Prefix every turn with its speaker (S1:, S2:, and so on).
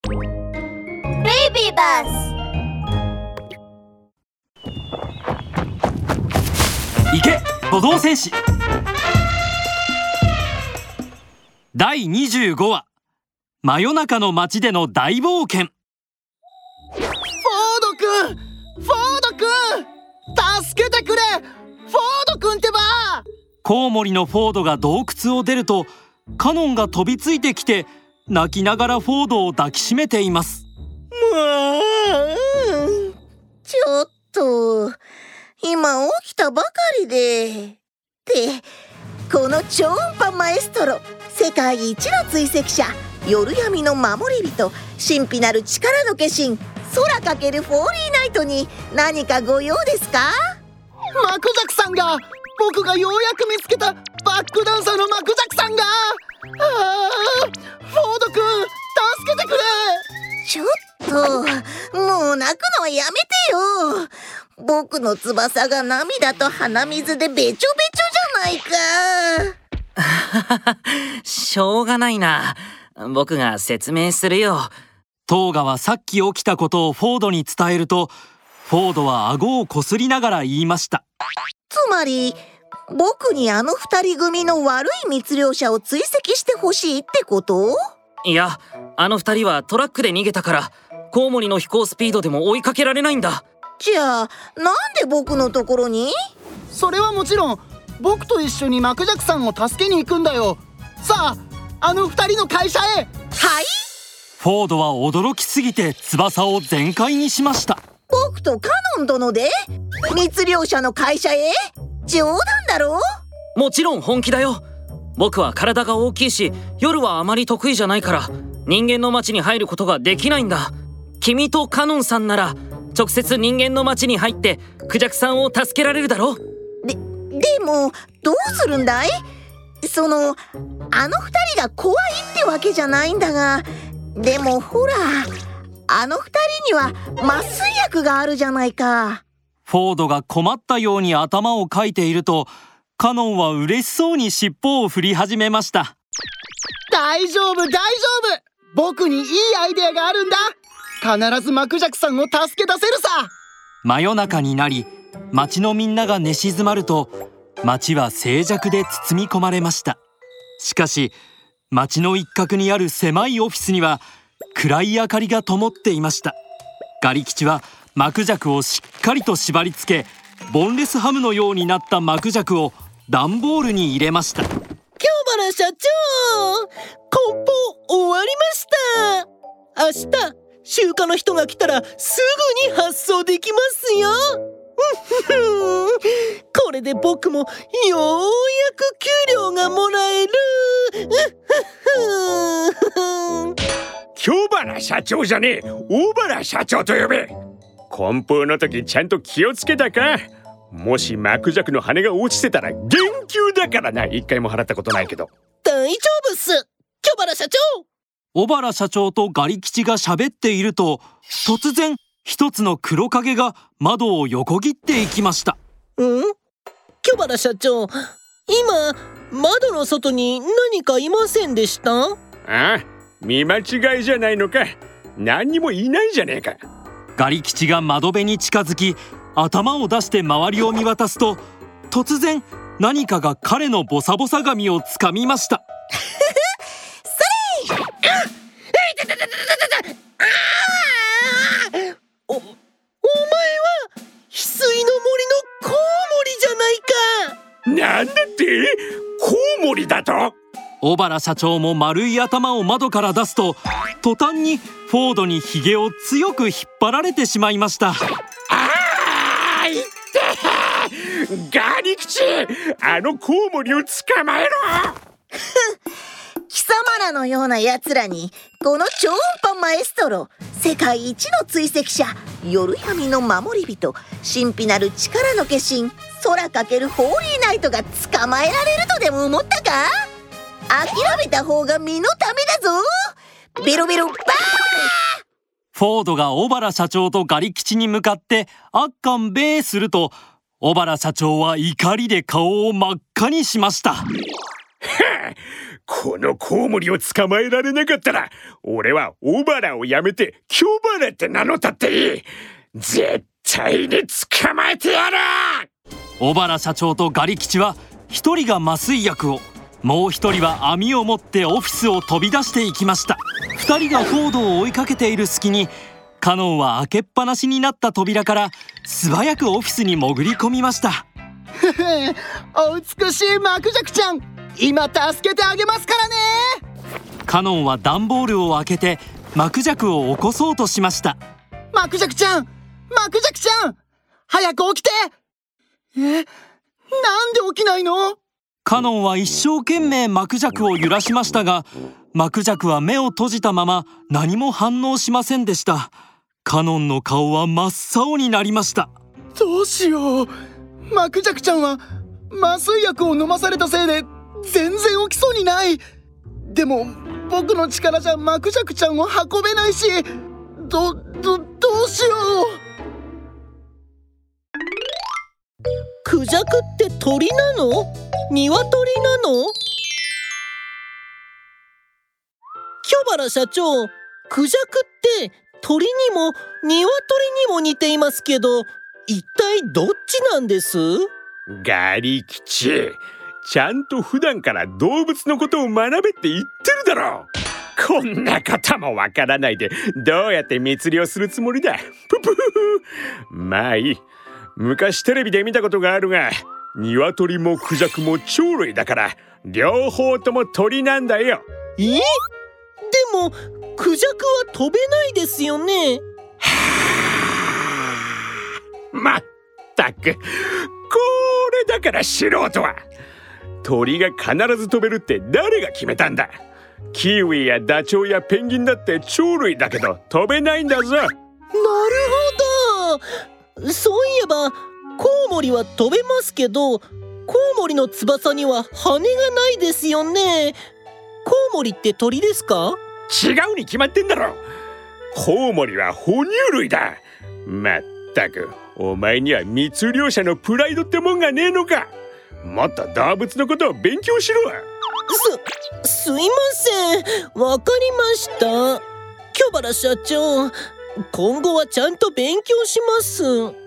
S1: ベイビーバス。
S2: 行け歩道戦士。第25話、真夜中の街での大冒険。
S3: フォードくん助けてくれ。フォードくんってば。
S2: コウモリのフォードが洞窟を出ると、カノンが飛びついてきて泣きながらフォードを抱きしめています。
S4: ちょっと今起きたばかりで。この超音波マエストロ、世界一の追跡者、夜闇の守り人、神秘なる力の化身、空かけるフォーリーナイトに何かご用ですか？
S3: マクジャクさんが、僕がようやく見つけたバックダンサーのマクジャクさんが。フォードくん助けてくれ。
S4: ちょっともう泣くのはやめてよ。僕の翼が涙と鼻水でべちょべちょじゃないか。
S5: しょうがないな。僕が説明するよ。
S2: トーガはさっき起きたことをフォードに伝えると、フォードは顎をこすりながら言いました。
S4: つまり僕にあの二人組の悪い密猟者を追跡してほしいってこと？
S5: いや、あの二人はトラックで逃げたから、コウモリの飛行スピードでも追いかけられないんだ。
S4: じゃあなんで僕のところに？
S3: それはもちろん僕と一緒にマクジャクさんを助けに行くんだよ。さあ、あの二人の会社へ。
S4: はい。
S2: フォードは驚きすぎて翼を全開にしました。
S4: 僕とカノン殿で密猟者の会社へ？冗談だろ？
S5: もちろん本気だよ。僕は体が大きいし、夜はあまり得意じゃないから人間の町に入ることができないんだ。君とカノンさんなら直接人間の町に入ってクジャクさんを助けられるだろ。
S4: でもどうするんだい？あの二人が怖いってわけじゃないんだが、でもほら、あの二人には麻酔薬があるじゃないか。
S2: フォードが困ったように頭をかいていると、カノンは嬉しそうに尻尾を振り始めました。
S3: 大丈夫。僕にいいアイデアがあるんだ。必ずマクジャクさんを助け出せるさ。
S2: 真夜中になり、町のみんなが寝静まると、町は静寂で包み込まれました。しかし町の一角にある狭いオフィスには暗い明かりが灯っていました。ガリ吉はマクジャクをしっかりと縛り付け、ボンレスハムのようになったマクジャクを段ボールに入れました。
S6: 京原社長、梱包終わりました。明日集荷の人が来たらすぐに発送できますよ。これで僕もようやく給料がもらえる。
S7: 京原社長じゃねえ、大原社長と呼べ。梱包の時ちゃんと気をつけたか？もしマクジャクの羽が落ちてたら減給だからな。一回も払ったことないけど。
S6: 大丈夫っす、京原社長。
S2: 小原社長とガリ吉が喋っていると、突然一つの黒影が窓を横切っていきました。
S6: 京原社長、今窓の外に何かいませんでした？
S7: ああ、見間違いじゃないのか。何にもいないじゃねえか。
S2: ガリ吉が窓辺に近づき、頭を出して周りを見渡すと、突然何かが彼のボサボサ髪をつかみました。
S6: お前は翡翠の森のコウモリじゃないか。
S7: なんだって？コウモリだと？
S2: 小原社長も丸い頭を窓から出すと、途端にフォードにヒゲを強く引っ張られてしまいました。
S7: あーいって、ガリ吉、あのコウモリを捕まえろ。
S4: 貴様らのような奴らにこの超音波マエストロ、世界一の追跡者、夜闇の守り人、神秘なる力の化身、空かけるホーリーナイトが捕まえられるとでも思ったか？諦めた方が身のためだぞ。ベロベロバー。
S2: フォードが小原社長とガリ吉に向かってあっかんべーすると、小原社長は怒りで顔を真っ赤にしました。
S7: このコウモリを捕まえられなかったら俺は小原をやめて京原って名乗ったっていい。絶対に捕まえてやる。
S2: 小原社長とガリ吉は一人が麻酔薬を、もう一人は網を持ってオフィスを飛び出していきました。二人がフォードを追いかけている隙にカノンは開けっぱなしになった扉から素早くオフィスに潜り込みました。
S3: お美しいマクジャクちゃん、今助けてあげますからね。
S2: カノンは段ボールを開けてマクジャクを起こそうとしました。
S3: マクジャクちゃん、マクジャクちゃん、早く起きて。なんで起きないの？
S2: カノンは一生懸命マクジャクを揺らしましたが、マクジャクは目を閉じたまま何も反応しませんでした。カノンの顔は真っ青になりました。
S3: どうしよう。マクジャクちゃんは麻酔薬を飲まされたせいで全然起きそうにない。でも僕の力じゃマクジャクちゃんを運べないし、どうしよう。
S6: クジャクって鳥なの？鶏なの？京原社長、クジャクって鳥にも鶏にも似ていますけど、一体どっちなんです？
S7: ガリ吉、ちゃんと普段から動物のことを学べって言ってるだろう。こんなこともわからないでどうやって密漁するつもりだ。ププフ。まあいい。昔テレビで見たことがあるが、鶏もクジャクも鳥類だから両方とも鳥なんだよ。
S6: でもクジャクは飛べないですよね。
S7: まったく、これだから素人は。鳥が必ず飛べるって誰が決めたんだ。キウイやダチョウやペンギンだって鳥類だけど飛べないんだぞ。
S6: なるほど。そういえばコウモリは飛べますけど、コウモリの翼には羽がないですよね。コウモリって鳥ですか？
S7: 違うに決まってんだろ。コウモリは哺乳類だ。まったく、お前には密漁者のプライドってもんがねえのか。もっと動物のことを勉強しろ。
S6: すいません、わかりました。京原社長、今後はちゃんと勉強します。